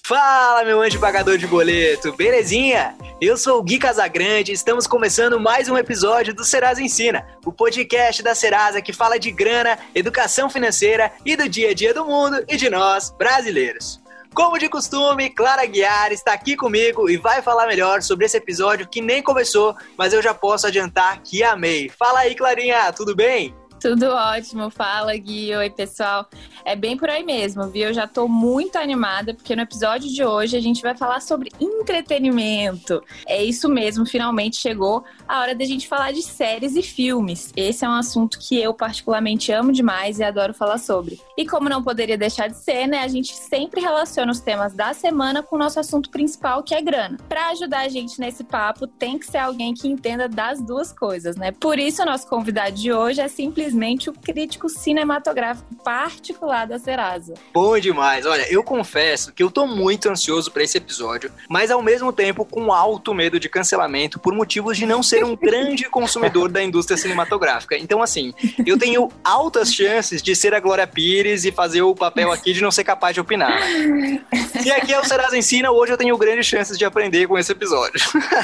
Fala, meu anjo pagador de boleto, belezinha? Eu sou o Gui Casagrande e estamos começando mais um episódio do Serasa Ensina, o podcast da Serasa que fala de grana, educação financeira e do dia a dia do mundo e de nós, brasileiros. Como de costume, Clara Guiar está aqui comigo e vai falar melhor sobre esse episódio que nem começou, mas eu já posso adiantar que amei. Fala aí, Clarinha, tudo bem? Tudo ótimo, fala Gui, oi pessoal. É bem por aí mesmo, viu? Eu já tô muito animada porque no episódio de hoje a gente vai falar sobre entretenimento. É isso mesmo, finalmente chegou a hora da gente falar de séries e filmes. Esse é um assunto que eu particularmente amo demais e adoro falar sobre. E como não poderia deixar de ser, né? A gente sempre relaciona os temas da semana com o nosso assunto principal, que é grana. Pra ajudar a gente nesse papo, tem que ser alguém que entenda das duas coisas, né? Por isso, o nosso convidado de hoje é simplesmente o crítico cinematográfico particular da Serasa. Bom demais. Olha, eu confesso que eu tô muito ansioso pra esse episódio, mas ao mesmo tempo com alto medo de cancelamento por motivos de não ser um grande consumidor da indústria cinematográfica. Então, assim, eu tenho altas chances de ser a Glória Pires e fazer o papel aqui de não ser capaz de opinar. Se aqui é o Serasa Ensina, hoje eu tenho grandes chances de aprender com esse episódio.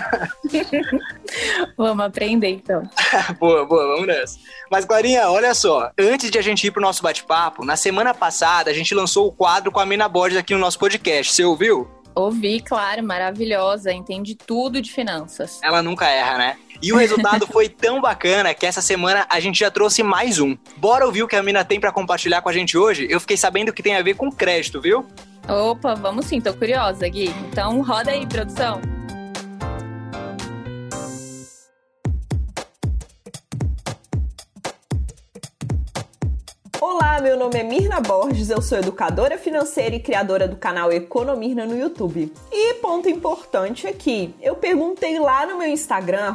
Vamos aprender, então. Boa, vamos nessa. Mas, Clarinha, olha só, antes de a gente ir pro nosso bate-papo, na semana passada a gente lançou o quadro com a Mina Borges aqui no nosso podcast, você ouviu? Ouvi, claro, maravilhosa, entende tudo de finanças. Ela nunca erra, né? E o resultado foi tão bacana que essa semana a gente já trouxe mais um. Bora ouvir o que a Mina tem pra compartilhar com a gente hoje? Eu fiquei sabendo que tem a ver com crédito, viu? Opa, vamos sim, tô curiosa, Gui. Então roda aí, produção. Olá, meu nome é Mirna Borges, eu sou educadora financeira e criadora do canal Economirna no YouTube. E ponto importante aqui, eu perguntei lá no meu Instagram,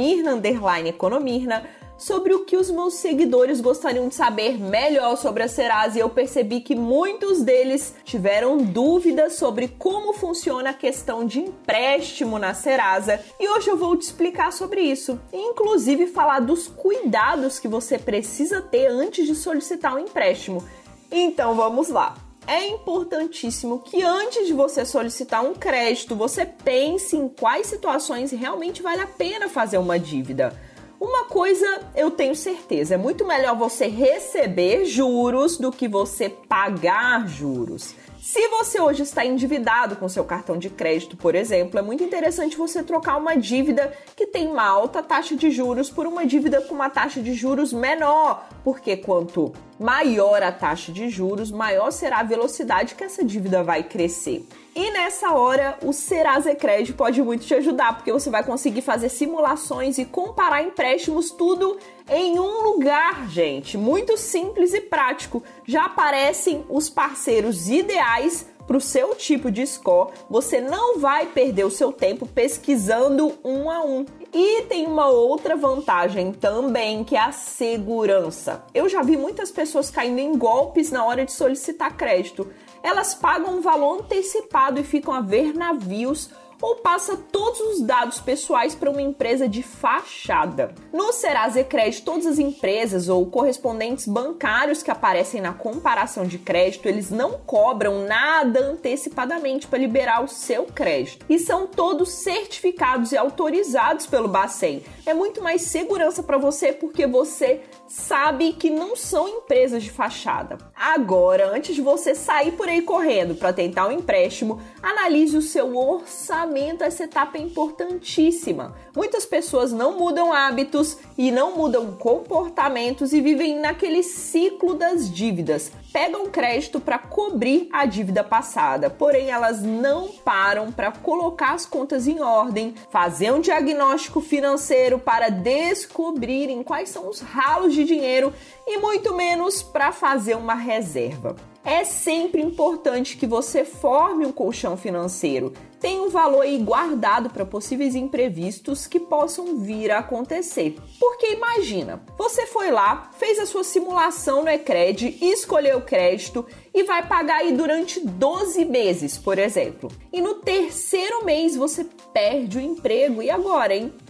@mirna_economirna, sobre o que os meus seguidores gostariam de saber melhor sobre a Serasa e eu percebi que muitos deles tiveram dúvidas sobre como funciona a questão de empréstimo na Serasa e hoje eu vou te explicar sobre isso, inclusive falar dos cuidados que você precisa ter antes de solicitar um empréstimo. Então vamos lá! É importantíssimo que antes de você solicitar um crédito, você pense em quais situações realmente vale a pena fazer uma dívida. Uma coisa eu tenho certeza, é muito melhor você receber juros do que você pagar juros. Se você hoje está endividado com seu cartão de crédito, por exemplo, é muito interessante você trocar uma dívida que tem uma alta taxa de juros por uma dívida com uma taxa de juros menor, porque quanto maior a taxa de juros, maior será a velocidade que essa dívida vai crescer. E nessa hora, o Serasa Cred pode muito te ajudar, porque você vai conseguir fazer simulações e comparar empréstimos tudo em um lugar, gente. Muito simples e prático. Já aparecem os parceiros ideais para o seu tipo de score. Você não vai perder o seu tempo pesquisando um a um. E tem uma outra vantagem também, que é a segurança. Eu já vi muitas pessoas caindo em golpes na hora de solicitar crédito. Elas pagam um valor antecipado e ficam a ver navios ou passa todos os dados pessoais para uma empresa de fachada. No Serasa Crédito, todas as empresas ou correspondentes bancários que aparecem na comparação de crédito, eles não cobram nada antecipadamente para liberar o seu crédito. E são todos certificados e autorizados pelo Bacen. É muito mais segurança para você porque você sabe que não são empresas de fachada. Agora, antes de você sair por aí correndo para tentar um empréstimo, analise o seu orçamento. Essa etapa é importantíssima. Muitas pessoas não mudam hábitos e não mudam comportamentos e vivem naquele ciclo das dívidas. Pegam crédito para cobrir a dívida passada, porém elas não param para colocar as contas em ordem, fazer um diagnóstico financeiro para descobrirem quais são os ralos de dinheiro e muito menos para fazer uma reserva. É sempre importante que você forme um colchão financeiro. Tem um valor aí guardado para possíveis imprevistos que possam vir a acontecer. Porque imagina, você foi lá, fez a sua simulação no Ecred, escolheu o crédito e vai pagar aí durante 12 meses, por exemplo. E no terceiro mês você perde o emprego. E agora, hein?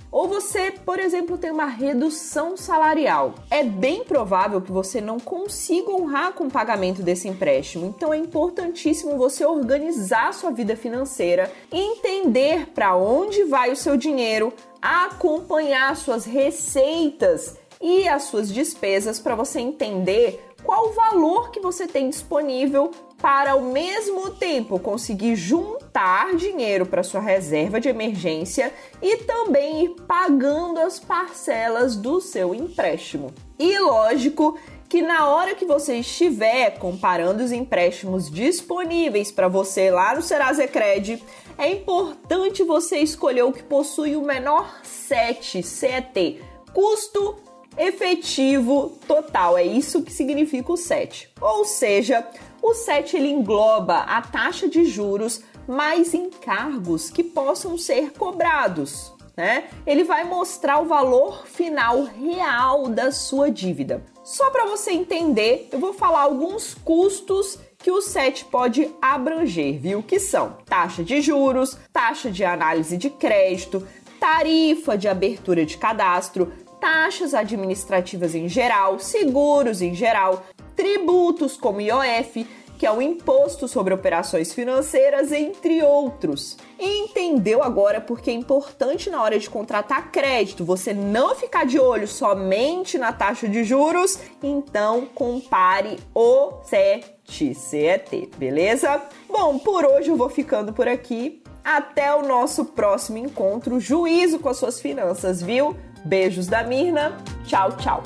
ou você, por exemplo, tem uma redução salarial. É bem provável que você não consiga honrar com o pagamento desse empréstimo. Então é importantíssimo você organizar sua vida financeira, entender para onde vai o seu dinheiro, acompanhar suas receitas e as suas despesas para você entender qual o valor que você tem disponível para, ao mesmo tempo, conseguir juntar dinheiro para sua reserva de emergência e também ir pagando as parcelas do seu empréstimo. E lógico que na hora que você estiver comparando os empréstimos disponíveis para você lá no Serasa Cred, é importante você escolher o que possui o menor CET, custo efetivo total, é isso que significa o CET. Ou seja, o CET ele engloba a taxa de juros mais encargos que possam ser cobrados, né? Ele vai mostrar o valor final real da sua dívida. Só para você entender, eu vou falar alguns custos que o CET pode abranger, viu? Que são taxa de juros, taxa de análise de crédito, tarifa de abertura de cadastro, taxas administrativas em geral, seguros em geral, tributos como IOF, que é o Imposto sobre Operações Financeiras, entre outros. E entendeu agora porque é importante na hora de contratar crédito você não ficar de olho somente na taxa de juros? Então compare o CET, beleza? Bom, por hoje eu vou ficando por aqui. Até o nosso próximo encontro. Juízo com as suas finanças, viu? Beijos da Mirna. Tchau, tchau.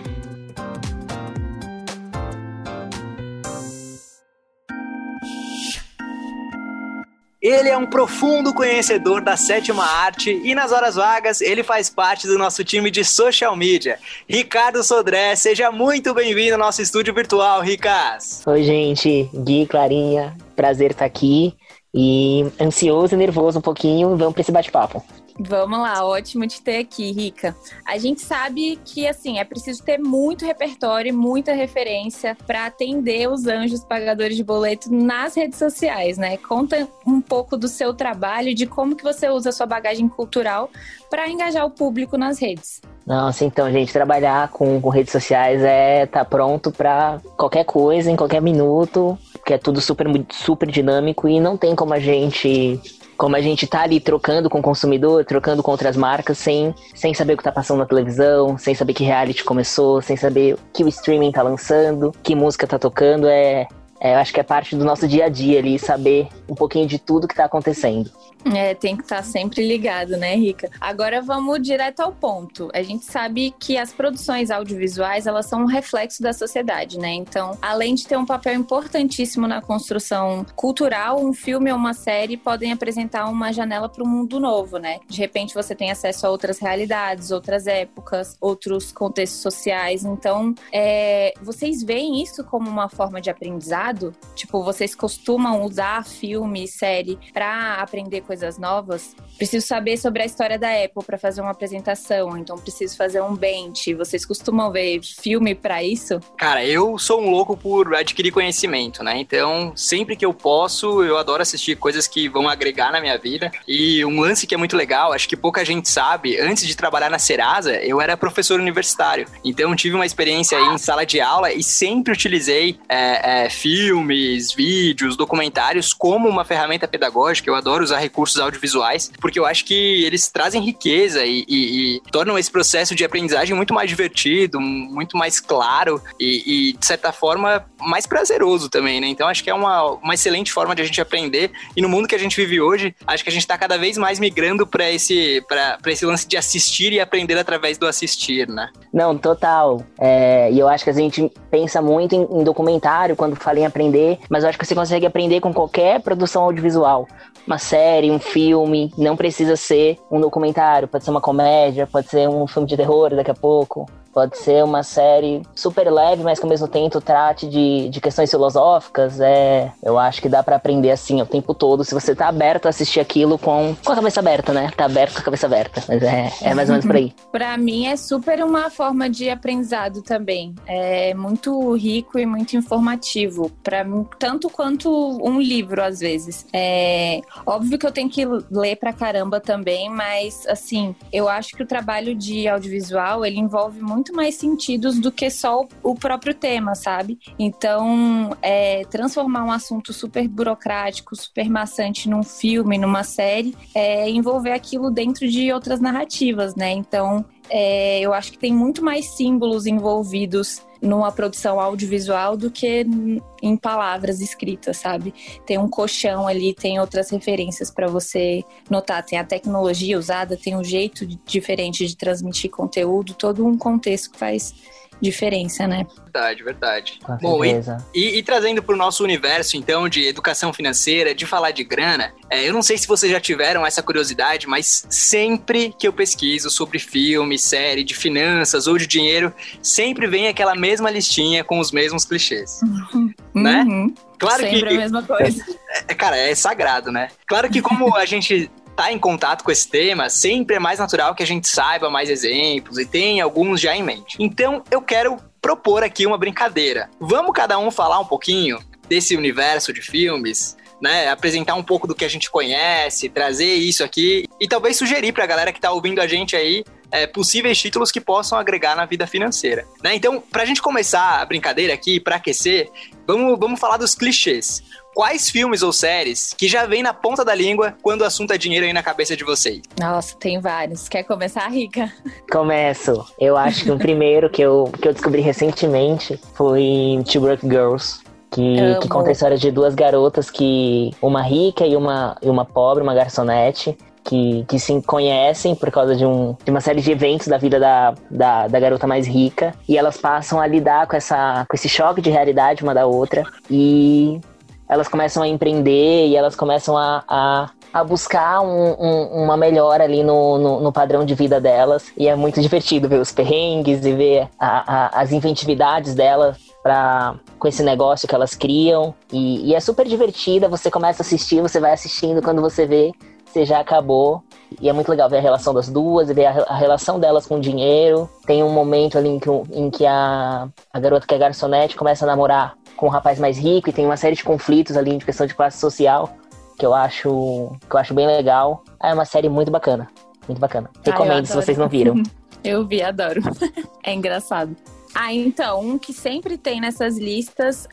Ele é um profundo conhecedor da sétima arte e nas horas vagas ele faz parte do nosso time de social media. Ricardo Sodré, seja muito bem-vindo ao nosso estúdio virtual, Ricas. Oi, gente. Gui, Clarinha, prazer estar aqui e ansioso e nervoso um pouquinho. Vamos para esse bate-papo. Vamos lá, ótimo te ter aqui, Rica. A gente sabe que, assim, é preciso ter muito repertório e muita referência para atender os anjos pagadores de boleto nas redes sociais, né? Conta um pouco do seu trabalho e de como que você usa a sua bagagem cultural para engajar o público nas redes. Nossa, então, gente, trabalhar com redes sociais é tá pronto para qualquer coisa, em qualquer minuto, porque é tudo super dinâmico e não tem como a gente tá ali trocando com o consumidor, trocando com outras marcas, sem saber o que tá passando na televisão, sem saber que reality começou, sem saber o que o streaming tá lançando, que música tá tocando, eu acho que é parte do nosso dia a dia ali, saber um pouquinho de tudo que tá acontecendo. Tem que estar sempre ligado, né, Rica? Agora vamos direto ao ponto. A gente sabe que as produções audiovisuais, elas são um reflexo da sociedade, né? Então, além de ter um papel importantíssimo na construção cultural, um filme ou uma série podem apresentar uma janela para um mundo novo, né? De repente você tem acesso a outras realidades, outras épocas, outros contextos sociais. Então, vocês veem isso como uma forma de aprendizado? Tipo, vocês costumam usar filme e série para aprender coisas novas? Preciso saber sobre a história da Apple para fazer uma apresentação, então preciso fazer um bench. Vocês costumam ver filme para isso? Cara, eu sou um louco por adquirir conhecimento, né? Então, sempre que eu posso, eu adoro assistir coisas que vão agregar na minha vida. E um lance que é muito legal, acho que pouca gente sabe, antes de trabalhar na Serasa, eu era professor universitário. Então, tive uma experiência aí em sala de aula e sempre utilizei filmes, vídeos, documentários como uma ferramenta pedagógica. Eu adoro usar recursos audiovisuais, porque eu acho que eles trazem riqueza e tornam esse processo de aprendizagem muito mais divertido, muito mais claro e de certa forma, mais prazeroso também, né? Então, acho que é uma excelente forma de a gente aprender e no mundo que a gente vive hoje, acho que a gente está cada vez mais migrando para esse lance de assistir e aprender através do assistir, né? Não, total. E eu acho que a gente pensa muito em documentário quando fala em aprender, mas eu acho que você consegue aprender com qualquer produção audiovisual. Uma série, um filme, não precisa ser um documentário, pode ser uma comédia, pode ser um filme de terror daqui a pouco, pode ser uma série super leve, mas que ao mesmo tempo trate de questões filosóficas. Eu acho que dá pra aprender assim o tempo todo, se você tá aberto a assistir aquilo com a cabeça aberta, né? Tá aberto com a cabeça aberta, mas é mais ou menos por aí. Pra mim é super uma forma de aprendizado também. É muito rico e muito informativo, para mim, tanto quanto um livro, às vezes. Óbvio que eu tenho que ler pra caramba também, mas, assim, eu acho que o trabalho de audiovisual, ele envolve muito mais sentidos do que só o próprio tema, sabe? Então, transformar um assunto super burocrático, super maçante num filme, numa série, envolver aquilo dentro de outras narrativas, né? Então, eu acho que tem muito mais símbolos envolvidos numa produção audiovisual do que em palavras escritas, sabe? Tem um colchão ali, tem outras referências para você notar, tem a tecnologia usada, tem um jeito diferente de transmitir conteúdo, todo um contexto que faz diferença, né? Verdade. Com Bom, certeza. e trazendo para o nosso universo, então, de educação financeira, de falar de grana, eu não sei se vocês já tiveram essa curiosidade, mas sempre que eu pesquiso sobre filme, série, de finanças ou de dinheiro, sempre vem aquela mesma listinha com os mesmos clichês. Né? Claro sempre a mesma coisa. Cara, é sagrado, né? Claro que como a gente tá em contato com esse tema, sempre é mais natural que a gente saiba mais exemplos e tem alguns já em mente. Então, eu quero propor aqui uma brincadeira. Vamos cada um falar um pouquinho desse universo de filmes, né? Apresentar um pouco do que a gente conhece, trazer isso aqui e talvez sugerir pra galera que tá ouvindo a gente aí possíveis títulos que possam agregar na vida financeira, né? Então, pra gente começar a brincadeira aqui, pra aquecer, vamos falar dos clichês. Quais filmes ou séries que já vem na ponta da língua quando o assunto é dinheiro aí na cabeça de vocês? Nossa, tem vários. Quer começar, Rica? Começo. Eu acho que o primeiro que eu descobri recentemente foi Two Broke Girls. Que conta a história de duas garotas, uma rica e uma pobre, uma garçonete, que se conhecem por causa de uma série de eventos da vida da garota mais rica. E elas passam a lidar com esse choque de realidade uma da outra. E elas começam a empreender e elas começam a buscar uma melhora ali no padrão de vida delas. E é muito divertido ver os perrengues e ver as inventividades delas com esse negócio que elas criam. E é super divertida, você começa a assistir, você vai assistindo, quando você vê, você já acabou. E é muito legal ver a relação das duas, ver a relação delas com o dinheiro. Tem um momento ali em que a garota que é garçonete começa a namorar com um rapaz mais rico, e tem uma série de conflitos ali de questão de classe social que eu acho bem legal. É uma série muito bacana, muito bacana. Recomendo se vocês não viram. Eu vi, adoro. É engraçado. Então, um que sempre tem nessas listas,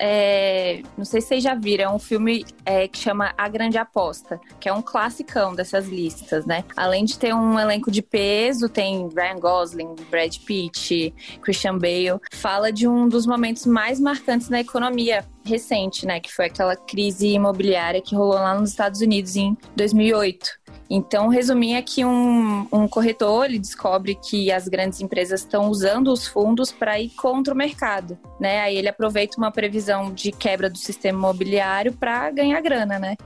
não sei se vocês já viram, é um filme que chama A Grande Aposta, que é um classicão dessas listas, né? Além de ter um elenco de peso, tem Ryan Gosling, Brad Pitt, Christian Bale. Fala de um dos momentos mais marcantes na economia recente, né? Que foi aquela crise imobiliária que rolou lá nos Estados Unidos em 2008. Então, resumir aqui, um corretor, ele descobre que as grandes empresas estão usando os fundos para ir contra o mercado, né? Aí ele aproveita uma previsão de quebra do sistema imobiliário para ganhar grana, né?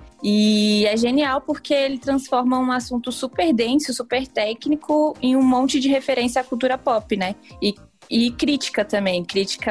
E é genial porque ele transforma um assunto super denso, super técnico em um monte de referência à cultura pop, né? E crítica também,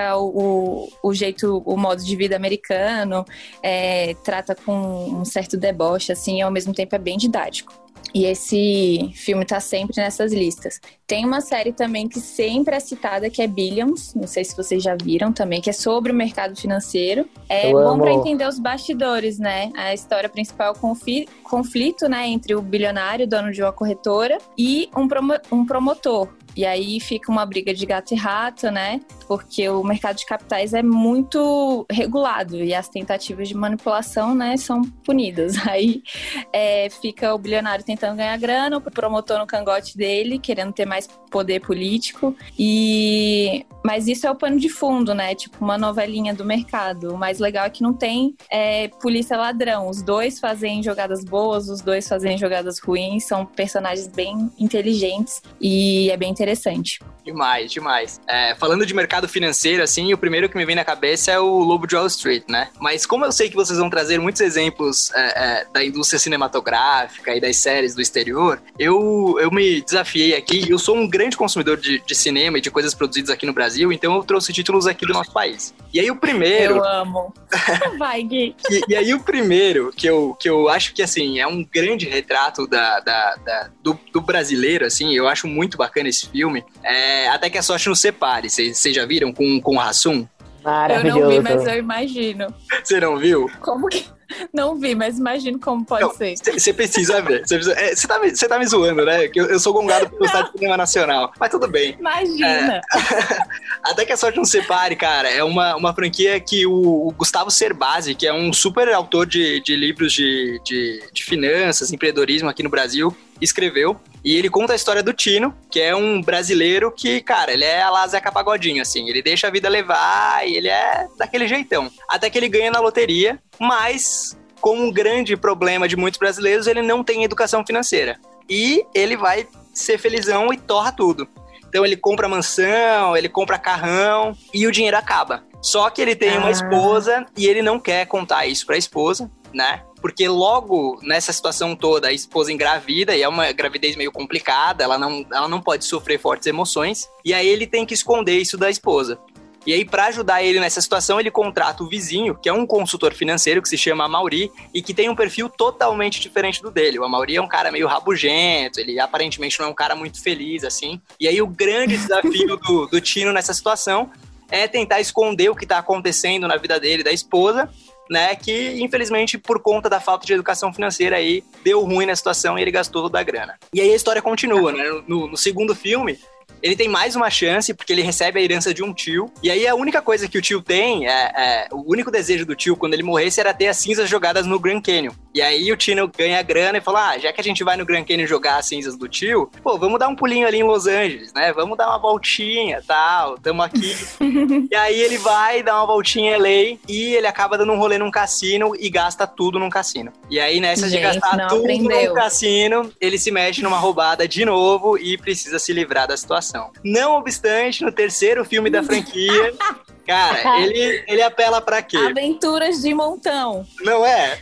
o jeito, o modo de vida americano, trata com um certo deboche, assim, e ao mesmo tempo é bem didático. E esse filme tá sempre nessas listas. Tem uma série também que sempre é citada, que é Billions, não sei se vocês já viram também, que é sobre o mercado financeiro. É bom para entender os bastidores, né? A história principal é o conflito, né, entre o bilionário, dono de uma corretora, e um promotor. E aí fica uma briga de gato e rato, né? Porque o mercado de capitais é muito regulado e as tentativas de manipulação, né, são punidas. Aí fica o bilionário tentando ganhar grana, o promotor no cangote dele, querendo ter mais poder político. Mas isso é o pano de fundo, né? Tipo uma novelinha do mercado. O mais legal é que não tem polícia ladrão. Os dois fazem jogadas boas, os dois fazem jogadas ruins. São personagens bem inteligentes e é bem interessante. Demais. Falando de mercado financeiro, assim, o primeiro que me vem na cabeça é o Lobo de Wall Street, né? Mas como eu sei que vocês vão trazer muitos exemplos da indústria cinematográfica e das séries do exterior, eu me desafiei aqui. Eu sou um grande consumidor de cinema e de coisas produzidas aqui no Brasil, então eu trouxe títulos aqui do nosso país. E aí o primeiro... Eu amo. Vai, Gui. E aí o primeiro, que eu acho que, assim, é um grande retrato do brasileiro, assim, eu acho muito bacana esse filme, filme, Até que a Sorte Nos Separe. Vocês já viram com o Hassum? Maravilhoso. Eu não vi, mas eu imagino. Você não viu? Como que... Não vi, mas imagino como pode ser. Você precisa ver. Você tá me zoando, né? Que eu sou gongado por gostar de cinema nacional. Mas tudo bem. Imagina. Até que a Sorte Nos Separe, cara, é uma franquia que o Gustavo Cerbasi, que é um super autor de livros de finanças, empreendedorismo aqui no Brasil, escreveu. E ele conta a história do Tino, que é um brasileiro que, cara, ele é a lá Zeca Pagodinho, assim. Ele deixa a vida levar e ele é daquele jeitão. Até que ele ganha na loteria, mas, como um grande problema de muitos brasileiros, ele não tem educação financeira. E ele vai ser felizão e torra tudo. Então ele compra mansão, ele compra carrão e o dinheiro acaba. Só que ele tem uma esposa e ele não quer contar isso pra esposa, né? Porque logo nessa situação toda a esposa engravida, e é uma gravidez meio complicada, ela não pode sofrer fortes emoções, e aí ele tem que esconder isso da esposa. E aí, pra ajudar ele nessa situação, ele contrata o vizinho, que é um consultor financeiro, que se chama Amaury, e que tem um perfil totalmente diferente do dele. O Amaury é um cara meio rabugento, ele aparentemente não é um cara muito feliz, assim. E aí, o grande desafio do Tino nessa situação é tentar esconder o que tá acontecendo na vida dele, da esposa, né, que infelizmente por conta da falta de educação financeira aí, deu ruim na situação e ele gastou toda a grana. E aí a história continua, né, no segundo filme, ele tem mais uma chance, porque ele recebe a herança de um tio. E aí a única coisa que o tio tem, o único desejo do tio quando ele morresse era ter as cinzas jogadas no Grand Canyon. E aí o Tino ganha grana e fala, já que a gente vai no Grand Canyon jogar as cinzas do tio, pô, vamos dar um pulinho ali em Los Angeles, né? Vamos dar uma voltinha, tal, tamo aqui. E aí ele vai dar uma voltinha em LA e ele acaba dando um rolê num cassino e gasta tudo num cassino. E aí nessa de gastar tudo num cassino, ele se mete numa roubada de novo e precisa se livrar da situação. Não obstante, no terceiro filme da franquia, cara, ele apela pra quê? Aventuras de montão. Não é?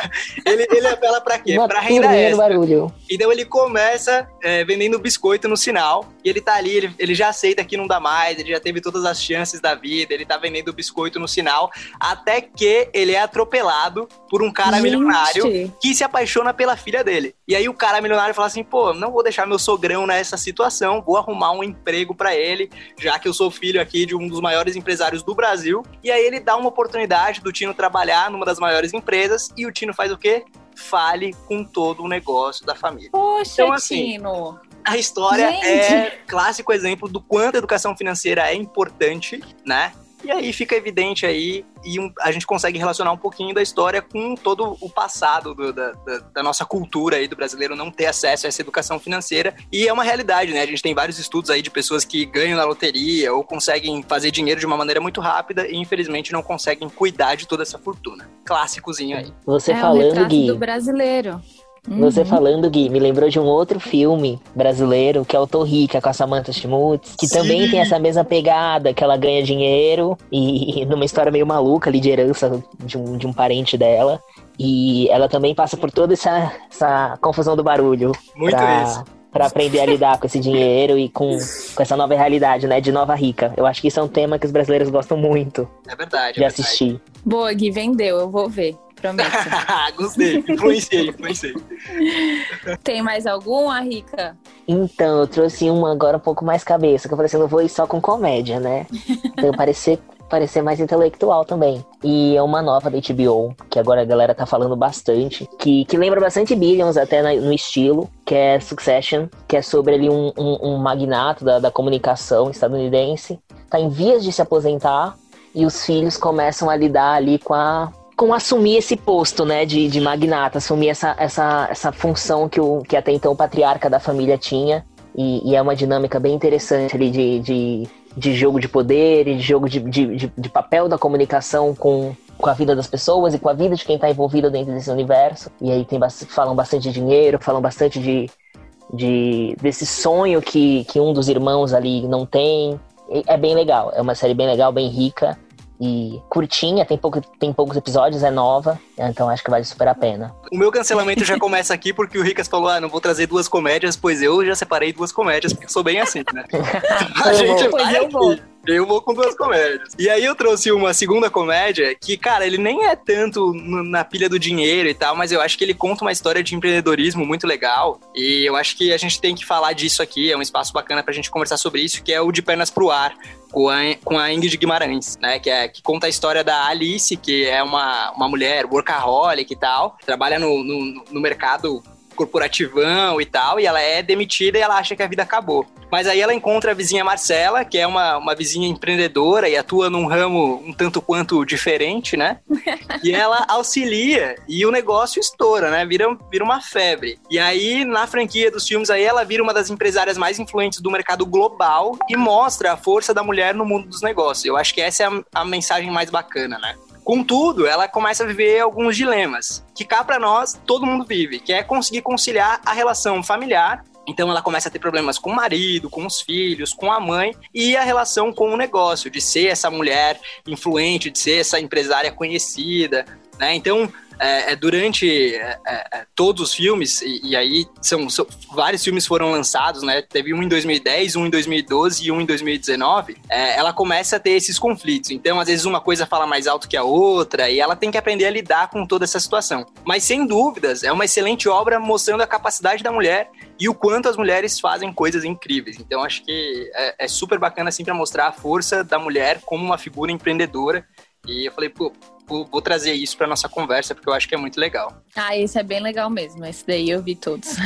ele apela pra quê? Uma pra renda extra. Barulho. Então ele começa vendendo biscoito no sinal, e ele tá ali, ele já aceita que não dá mais, ele já teve todas as chances da vida, ele tá vendendo biscoito no sinal, até que ele é atropelado por um cara milionário que se apaixona pela filha dele. E aí o cara milionário fala assim, pô, não vou deixar meu sogrão nessa situação, vou arrumar um emprego pra ele, já que eu sou filho aqui de um dos maiores empresários do Brasil. E aí ele dá uma oportunidade do Tino trabalhar numa das maiores empresas, e o Tino faz o quê? Fale com todo o negócio da família. Poxa, então, assim, Tino! A história é clássico exemplo do quanto a educação financeira é importante, né? E aí fica evidente aí, e a gente consegue relacionar um pouquinho da história com todo o passado da nossa cultura aí do brasileiro não ter acesso a essa educação financeira. E é uma realidade, né? A gente tem vários estudos aí de pessoas que ganham na loteria ou conseguem fazer dinheiro de uma maneira muito rápida e infelizmente não conseguem cuidar de toda essa fortuna. Clássicozinho aí. Você falando, Gui, do brasileiro. Você falando, Gui, me lembrou de um outro filme brasileiro, que é o Torrica, com a Samantha Schmutz, que também tem essa mesma pegada, que ela ganha dinheiro, e numa história meio maluca ali de herança de um parente dela, e ela também passa por toda essa confusão do barulho. Muito isso. Pra aprender a lidar com esse dinheiro e com essa nova realidade, né, de nova rica. Eu acho que isso é um tema que os brasileiros gostam muito de assistir. Boa, Gui, vendeu, eu vou ver. Prometo. Gostei, influenciei. Tem mais alguma, Rica? Então, eu trouxe uma agora um pouco mais cabeça, que eu falei assim, não vou ir só com comédia, né? Então, parecer mais intelectual também. E é uma nova da HBO, que agora a galera tá falando bastante, que lembra bastante Billions até no estilo, que é Succession, que é sobre ali um magnata da comunicação estadunidense, tá em vias de se aposentar, e os filhos começam a lidar ali com assumir esse posto, né, de magnata, assumir essa função que até então o patriarca da família tinha, e é uma dinâmica bem interessante ali de jogo de poder, e de jogo de papel da comunicação com a vida das pessoas e com a vida de quem está envolvido dentro desse universo. E aí falam bastante de dinheiro, falam bastante desse sonho que um dos irmãos ali não tem. É bem legal, é uma série bem legal, bem rica. e curtinha, tem poucos episódios, é nova, então acho que vale super a pena. O meu cancelamento já começa aqui porque o Ricas falou, não vou trazer 2 comédias, pois eu já separei 2 comédias, porque sou bem assim, né? Eu vou com 2 comédias. E aí eu trouxe uma segunda comédia que, cara, ele nem é tanto na pilha do dinheiro e tal, mas eu acho que ele conta uma história de empreendedorismo muito legal. E eu acho que a gente tem que falar disso aqui, é um espaço bacana pra gente conversar sobre isso, que é o De Pernas pro Ar, com a Ingrid Guimarães, né? Que conta a história da Alice, que é uma mulher workaholic e tal, trabalha no mercado corporativão e tal, e ela é demitida e ela acha que a vida acabou. Mas aí ela encontra a vizinha Marcela, que é uma vizinha empreendedora e atua num ramo um tanto quanto diferente, né? E ela auxilia e o negócio estoura, né? Vira uma febre. E aí, na franquia dos filmes, aí ela vira uma das empresárias mais influentes do mercado global e mostra a força da mulher no mundo dos negócios. Eu acho que essa é a mensagem mais bacana, né? Contudo, ela começa a viver alguns dilemas, que cá pra nós, todo mundo vive, que é conseguir conciliar a relação familiar. Então ela começa a ter problemas com o marido, com os filhos, com a mãe e a relação com o negócio, de ser essa mulher influente, de ser essa empresária conhecida, né? Então, durante todos os filmes, e aí vários filmes foram lançados, né? Teve um em 2010, um em 2012 e um em 2019. Ela começa a ter esses conflitos. Então, às vezes, uma coisa fala mais alto que a outra e ela tem que aprender a lidar com toda essa situação. Mas, sem dúvidas, é uma excelente obra mostrando a capacidade da mulher e o quanto as mulheres fazem coisas incríveis. Então, acho que é super bacana, assim, para mostrar a força da mulher como uma figura empreendedora. E eu falei, vou trazer isso pra nossa conversa, porque eu acho que é muito legal. Esse é bem legal mesmo. Esse daí eu vi todos.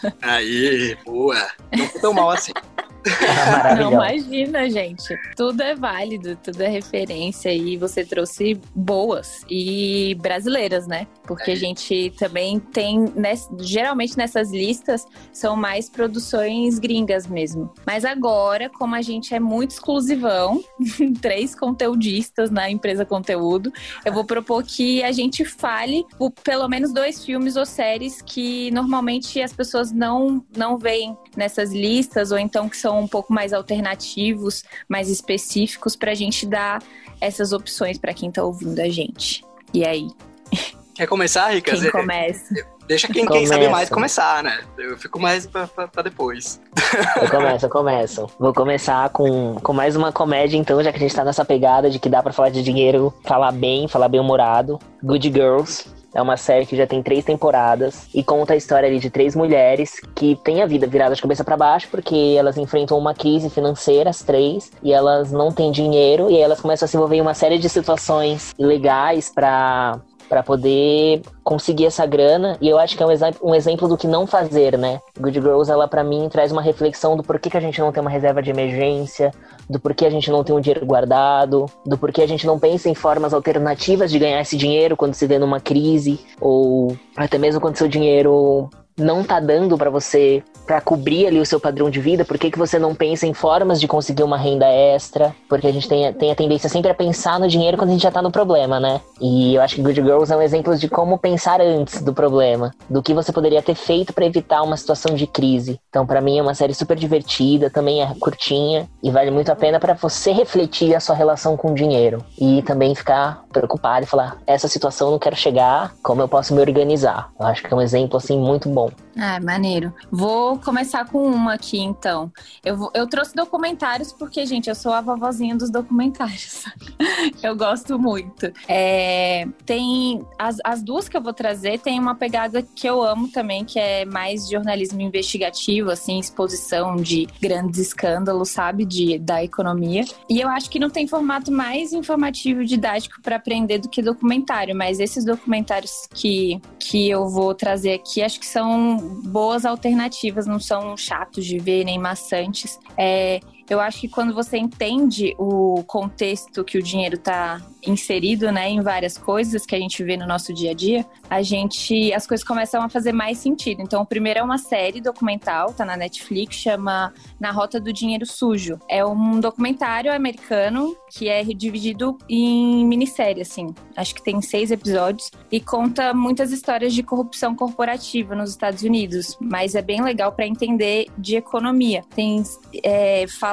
Aí, boa. Não foi tão mal assim. Não, imagina, gente. Tudo é válido, tudo é referência. E você trouxe boas e brasileiras, né? Porque a gente também tem, geralmente nessas listas, são mais produções gringas mesmo. Mas agora, como a gente é muito exclusivão, 3 conteudistas na empresa Conteúdo, eu vou propor que a gente fale por pelo menos 2 filmes ou séries que normalmente as pessoas não veem nessas listas, ou então que são um pouco mais alternativos, mais específicos, pra gente dar essas opções pra quem tá ouvindo a gente. E aí? Quer começar, Rica? Quem começa? Deixa quem sabe mais começar, né? Eu fico mais pra depois. Eu começo. Vou começar com mais uma comédia, então, já que a gente tá nessa pegada de que dá pra falar de dinheiro, falar bem humorado. Good Girls. É uma série que já tem 3 temporadas e conta a história ali de 3 mulheres que têm a vida virada de cabeça pra baixo porque elas enfrentam uma crise financeira, as 3, e elas não têm dinheiro e aí elas começam a se envolver em uma série de situações ilegais pra poder conseguir essa grana, e eu acho que é um exemplo do que não fazer, né? Good Girls, ela pra mim traz uma reflexão do porquê que a gente não tem uma reserva de emergência, do porquê a gente não tem um dinheiro guardado, do porquê a gente não pensa em formas alternativas de ganhar esse dinheiro quando se vê numa crise, ou até mesmo quando seu dinheiro não tá dando pra você, pra cobrir ali o seu padrão de vida. Por que você não pensa em formas de conseguir uma renda extra? Porque a gente tem a tendência sempre a pensar no dinheiro quando a gente já tá no problema, né? E eu acho que Good Girls é um exemplo de como pensar antes do problema, do que você poderia ter feito pra evitar uma situação de crise. Então, pra mim, é uma série super divertida, também é curtinha e vale muito a pena pra você refletir a sua relação com o dinheiro e também ficar preocupado e falar, essa situação eu não quero chegar, como eu posso me organizar? Eu acho que é um exemplo, assim, muito bom. Maneiro. Vou começar com uma aqui, então. Eu trouxe documentários porque, gente, eu sou a vovozinha dos documentários. Eu gosto muito. Tem as 2 que eu vou trazer, tem uma pegada que eu amo também, que é mais jornalismo investigativo, assim, exposição de grandes escândalos, sabe, da economia. E eu acho que não tem formato mais informativo e didático para aprender do que documentário, mas esses documentários que eu vou trazer aqui, acho que são boas alternativas, não são chatos de ver, nem maçantes. Eu acho que quando você entende o contexto que o dinheiro está inserido, né, em várias coisas que a gente vê no nosso dia a dia, as coisas começam a fazer mais sentido. Então, o primeiro é uma série documental, tá na Netflix, chama Na Rota do Dinheiro Sujo. É um documentário americano que é dividido em minissérie, assim. Acho que tem 6 episódios e conta muitas histórias de corrupção corporativa nos Estados Unidos, mas é bem legal para entender de economia. Fala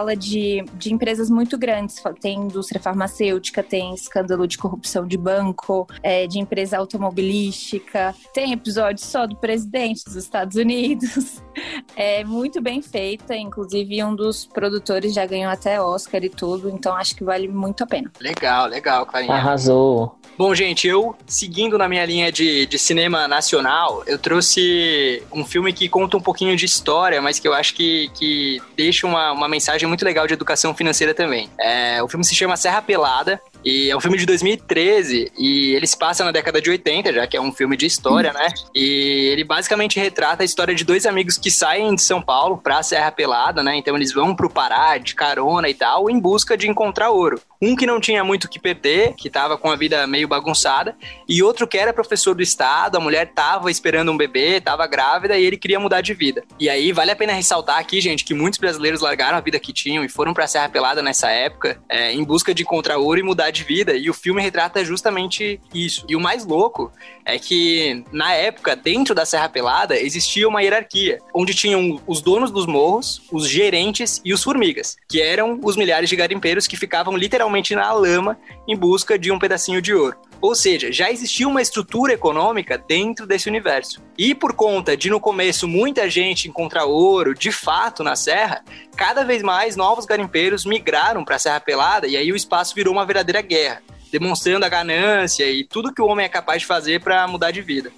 fala de empresas muito grandes. Tem indústria farmacêutica, tem escândalo de corrupção de banco, de empresa automobilística, tem episódio só do presidente dos Estados Unidos. É muito bem feita, inclusive um dos produtores já ganhou até Oscar e tudo, então acho que vale muito a pena. Legal, Clarinha. Arrasou. Bom, gente, eu, seguindo na minha linha de cinema nacional, eu trouxe um filme que conta um pouquinho de história, mas que eu acho que deixa uma mensagem muito legal de educação financeira também. O filme se chama Serra Pelada, e é um filme de 2013, e ele se passa na década de 80, já que é um filme de história, né? E ele basicamente retrata a história de dois amigos que saem de São Paulo pra Serra Pelada, né? Então eles vão pro Pará de carona e tal, em busca de encontrar ouro. Um que não tinha muito o que perder, que tava com a vida meio bagunçada, e outro que era professor do estado, a mulher tava esperando um bebê, tava grávida e ele queria mudar de vida. E aí vale a pena ressaltar aqui, gente, que muitos brasileiros largaram a vida que tinham e foram pra Serra Pelada nessa época, em busca de encontrar ouro e mudar de vida, e o filme retrata justamente isso. E o mais louco é que, na época, dentro da Serra Pelada, existia uma hierarquia, onde tinham os donos dos morros, os gerentes e os formigas, que eram os milhares de garimpeiros que ficavam literalmente na lama em busca de um pedacinho de ouro. Ou seja, já existia uma estrutura econômica dentro desse universo. E por conta de, no começo, muita gente encontrar ouro, de fato, na Serra, cada vez mais novos garimpeiros migraram para a Serra Pelada e aí o espaço virou uma verdadeira guerra, demonstrando a ganância e tudo que o homem é capaz de fazer para mudar de vida.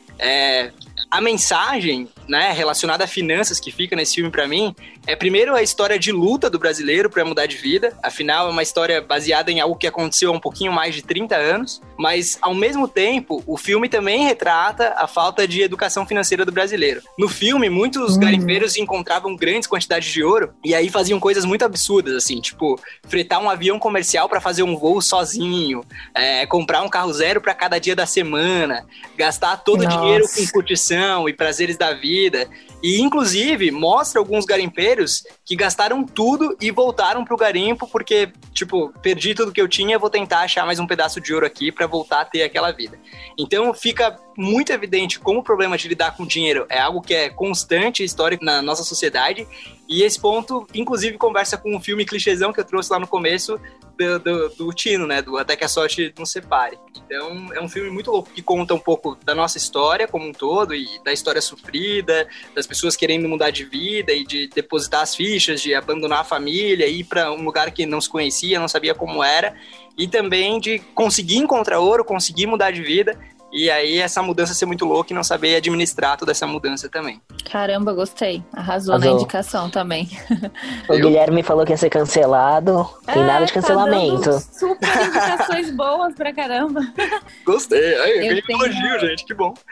A mensagem, né, relacionada a finanças que fica nesse filme pra mim é, primeiro, a história de luta do brasileiro para mudar de vida. Afinal, é uma história baseada em algo que aconteceu há um pouquinho mais de 30 anos, mas, ao mesmo tempo, o filme também retrata a falta de educação financeira do brasileiro. No filme, muitos garimpeiros encontravam grandes quantidades de ouro e aí faziam coisas muito absurdas, assim, tipo, fretar um avião comercial para fazer um voo sozinho, comprar um carro zero para cada dia da semana, gastar todo o dinheiro com curtição e prazeres da vida. E, inclusive, mostra alguns garimpeiros que gastaram tudo e voltaram pro garimpo porque, tipo, perdi tudo que eu tinha, vou tentar achar mais um pedaço de ouro aqui pra voltar a ter aquela vida. Então, fica muito evidente como o problema de lidar com dinheiro é algo que é constante e histórico na nossa sociedade. E esse ponto, inclusive, conversa com um filme clichêzão que eu trouxe lá no começo do Tino, né? Do Até que a Sorte Nos Separe. Então, é um filme muito louco que conta um pouco da nossa história como um todo e da história sofrida, das pessoas querendo mudar de vida e de depositar as fichas, de abandonar a família, ir para um lugar que não se conhecia, não sabia como era, e também de conseguir encontrar ouro, conseguir mudar de vida. E aí essa mudança ser muito louca e não saber administrar toda essa mudança também. Caramba, gostei. Arrasou na indicação também. O Guilherme falou que ia ser cancelado. Tem nada de cancelamento. Tá super indicações boas pra caramba. Gostei. Eu elogio, gente. Que bom.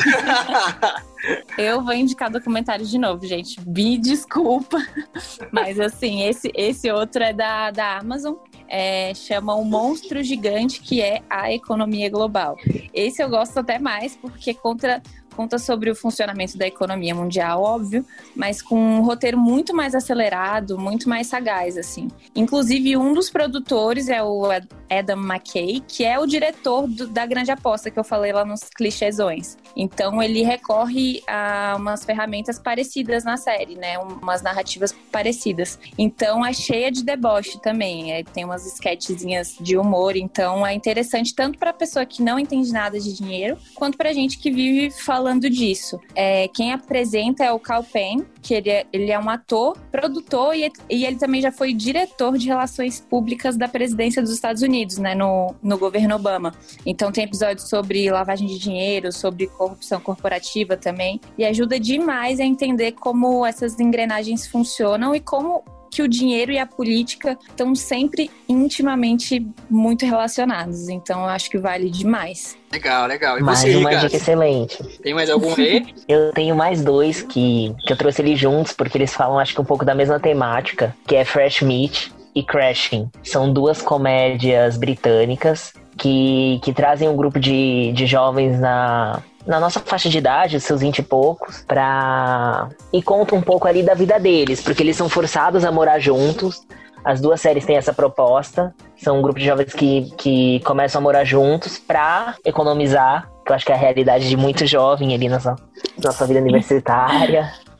Eu vou indicar documentário de novo, gente. Me desculpa. Mas assim, esse outro é da Amazon. Chama O Monstro Gigante, que é a economia global. Esse eu gosto até mais porque conta sobre o funcionamento da economia mundial, óbvio, mas com um roteiro muito mais acelerado, muito mais sagaz, assim. Inclusive, um dos produtores é o Adam McKay, que é o diretor da Grande Aposta, que eu falei lá nos clichêsões. Então, ele recorre a umas ferramentas parecidas na série, né? Umas narrativas parecidas. Então, é cheia de deboche também. Tem umas sketchzinhas de humor. Então, é interessante tanto para a pessoa que não entende nada de dinheiro, quanto para a gente que vive falando disso. Quem apresenta é o Kal Penn, que ele é um ator, produtor e ele também já foi diretor de relações públicas da presidência dos Estados Unidos, né, no governo Obama. Então tem episódios sobre lavagem de dinheiro, sobre corrupção corporativa também, e ajuda demais a entender como essas engrenagens funcionam e como que o dinheiro e a política estão sempre intimamente muito relacionados. Então, eu acho que vale demais. Legal. E mais você, uma dica excelente. Tem mais algum aí? Eu tenho mais dois que eu trouxe eles juntos, porque eles falam, acho que um pouco da mesma temática, que é Fresh Meat e Crashing. São duas comédias britânicas que trazem um grupo de jovens na nossa faixa de idade, os seus 20 e poucos, e conta um pouco ali da vida deles, porque eles são forçados a morar juntos. As duas séries têm essa proposta. São um grupo de jovens que começam a morar juntos pra economizar, que eu acho que é a realidade de muito jovem ali na nossa vida universitária.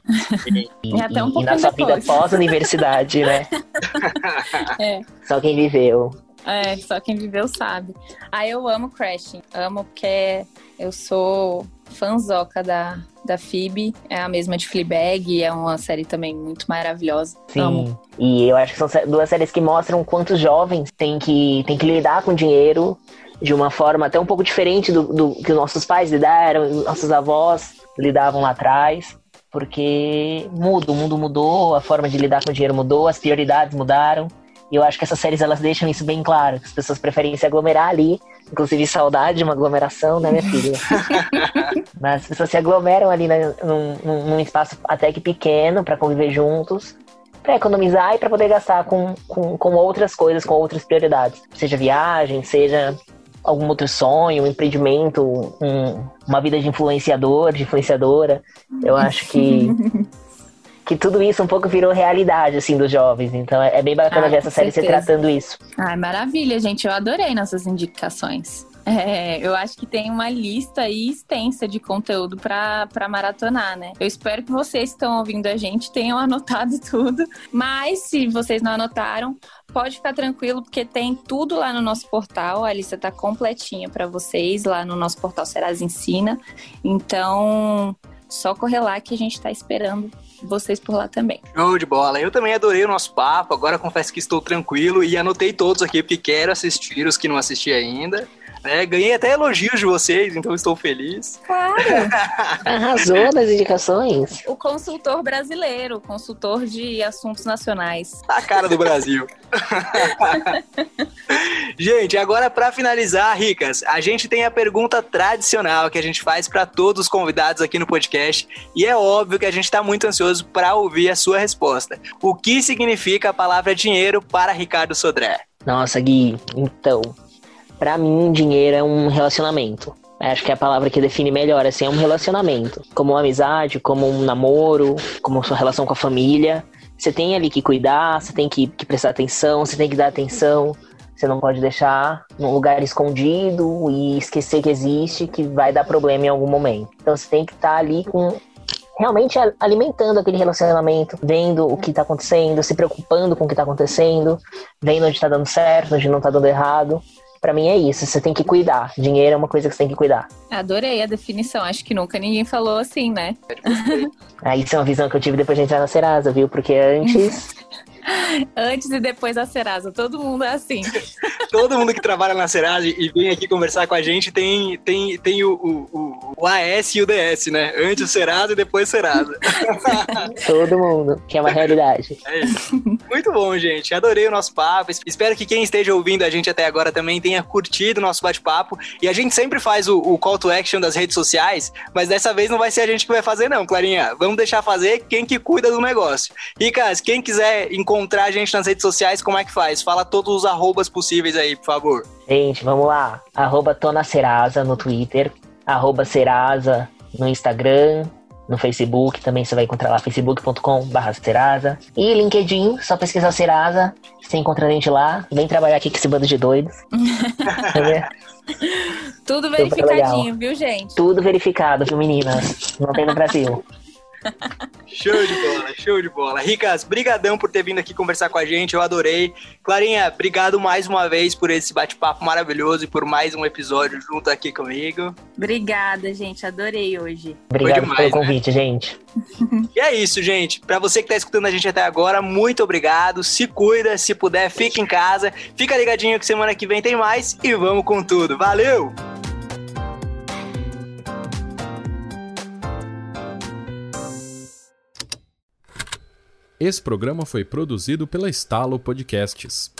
E até um e pouquinho na sua depois. vida pós-universidade, né? É. Só quem viveu. Só quem viveu sabe. Eu amo Crashing. Amo porque eu sou fãzoca da Phoebe. É a mesma de Fleabag. É uma série também muito maravilhosa. Sim. Amo. E eu acho que são duas séries que mostram quantos jovens têm que lidar com dinheiro de uma forma até um pouco diferente do que nossos pais lidaram, nossos avós lidavam lá atrás. Porque o mundo mudou, a forma de lidar com o dinheiro mudou, as prioridades mudaram. E eu acho que essas séries, elas deixam isso bem claro. Que as pessoas preferem se aglomerar ali. Inclusive, saudade de uma aglomeração, né, minha filha? Mas as pessoas se aglomeram ali num espaço até que pequeno para conviver juntos, para economizar e para poder gastar com outras coisas, com outras prioridades. Seja viagem, seja algum outro sonho, um empreendimento, uma vida de influenciador, de influenciadora. Eu acho que tudo isso um pouco virou realidade, assim, dos jovens. Então é bem bacana ver essa série se tratando isso. Maravilha, gente. Eu adorei nossas indicações. Eu acho que tem uma lista aí extensa de conteúdo pra maratonar, né? Eu espero que vocês que estão ouvindo a gente tenham anotado tudo. Mas se vocês não anotaram, pode ficar tranquilo, porque tem tudo lá no nosso portal. A lista tá completinha pra vocês lá no nosso portal Serasa Ensina. Então, só correr lá que a gente tá esperando vocês por lá também. Show de bola. Eu também adorei o nosso papo. Agora confesso que estou tranquilo e anotei todos aqui porque quero assistir os que não assisti ainda. Ganhei até elogios de vocês, então estou feliz. Claro! Arrasou nas indicações. O consultor brasileiro, consultor de assuntos nacionais. A cara do Brasil. Gente, agora para finalizar, Ricas, a gente tem a pergunta tradicional que a gente faz para todos os convidados aqui no podcast e é óbvio que a gente está muito ansioso para ouvir a sua resposta. O que significa a palavra dinheiro para Ricardo Sodré? Nossa, Gui, então, pra mim, dinheiro é um relacionamento. Acho que é a palavra que define melhor, assim, é um relacionamento. Como uma amizade, como um namoro, como sua relação com a família. Você tem ali que cuidar, você tem que prestar atenção, você tem que dar atenção. Você não pode deixar num lugar escondido e esquecer que existe, que vai dar problema em algum momento. Então você tem que estar ali realmente alimentando aquele relacionamento, vendo o que está acontecendo, se preocupando com o que está acontecendo, vendo onde está dando certo, onde não está dando errado. Pra mim é isso, você tem que cuidar. Dinheiro é uma coisa que você tem que cuidar. Adorei a definição, acho que nunca ninguém falou assim, né? Isso é uma visão que eu tive depois de entrar na Serasa, viu? Porque antes... Antes e depois da Serasa, todo mundo é assim. Todo mundo que trabalha na Serasa e vem aqui conversar com a gente tem o AS e o DS, né? Antes o Serasa e depois o Serasa. Todo mundo, que é uma realidade. É isso. Muito bom, gente. Adorei o nosso papo. Espero que quem esteja ouvindo a gente até agora também tenha curtido o nosso bate-papo. E a gente sempre faz o call to action das redes sociais, mas dessa vez não vai ser a gente que vai fazer, não, Clarinha. Vamos deixar fazer quem que cuida do negócio. Ricas, quem quiser encontrar a gente nas redes sociais, como é que faz? Fala todos os arrobas possíveis aí, por favor. Gente, vamos lá. @tonaserasa no Twitter, @serasa no Instagram, no Facebook, também você vai encontrar lá, facebook.com/Serasa. E LinkedIn, só pesquisar Serasa, você encontra a gente lá. Vem trabalhar aqui com esse bando de doidos. Tudo verificadinho, viu, gente? Tudo verificado, viu, meninas? Não tem no Brasil. Show de bola, show de bola. Ricas, brigadão por ter vindo aqui conversar com a gente, eu adorei. Clarinha, obrigado mais uma vez por esse bate-papo maravilhoso e por mais um episódio junto aqui comigo. Obrigada, gente, adorei hoje. Obrigado pelo convite, gente. E é isso, gente. Pra você que tá escutando a gente até agora, muito obrigado. Se cuida, se puder, fica em casa. Fica ligadinho que semana que vem tem mais e vamos com tudo. Valeu! Esse programa foi produzido pela Estalo Podcasts.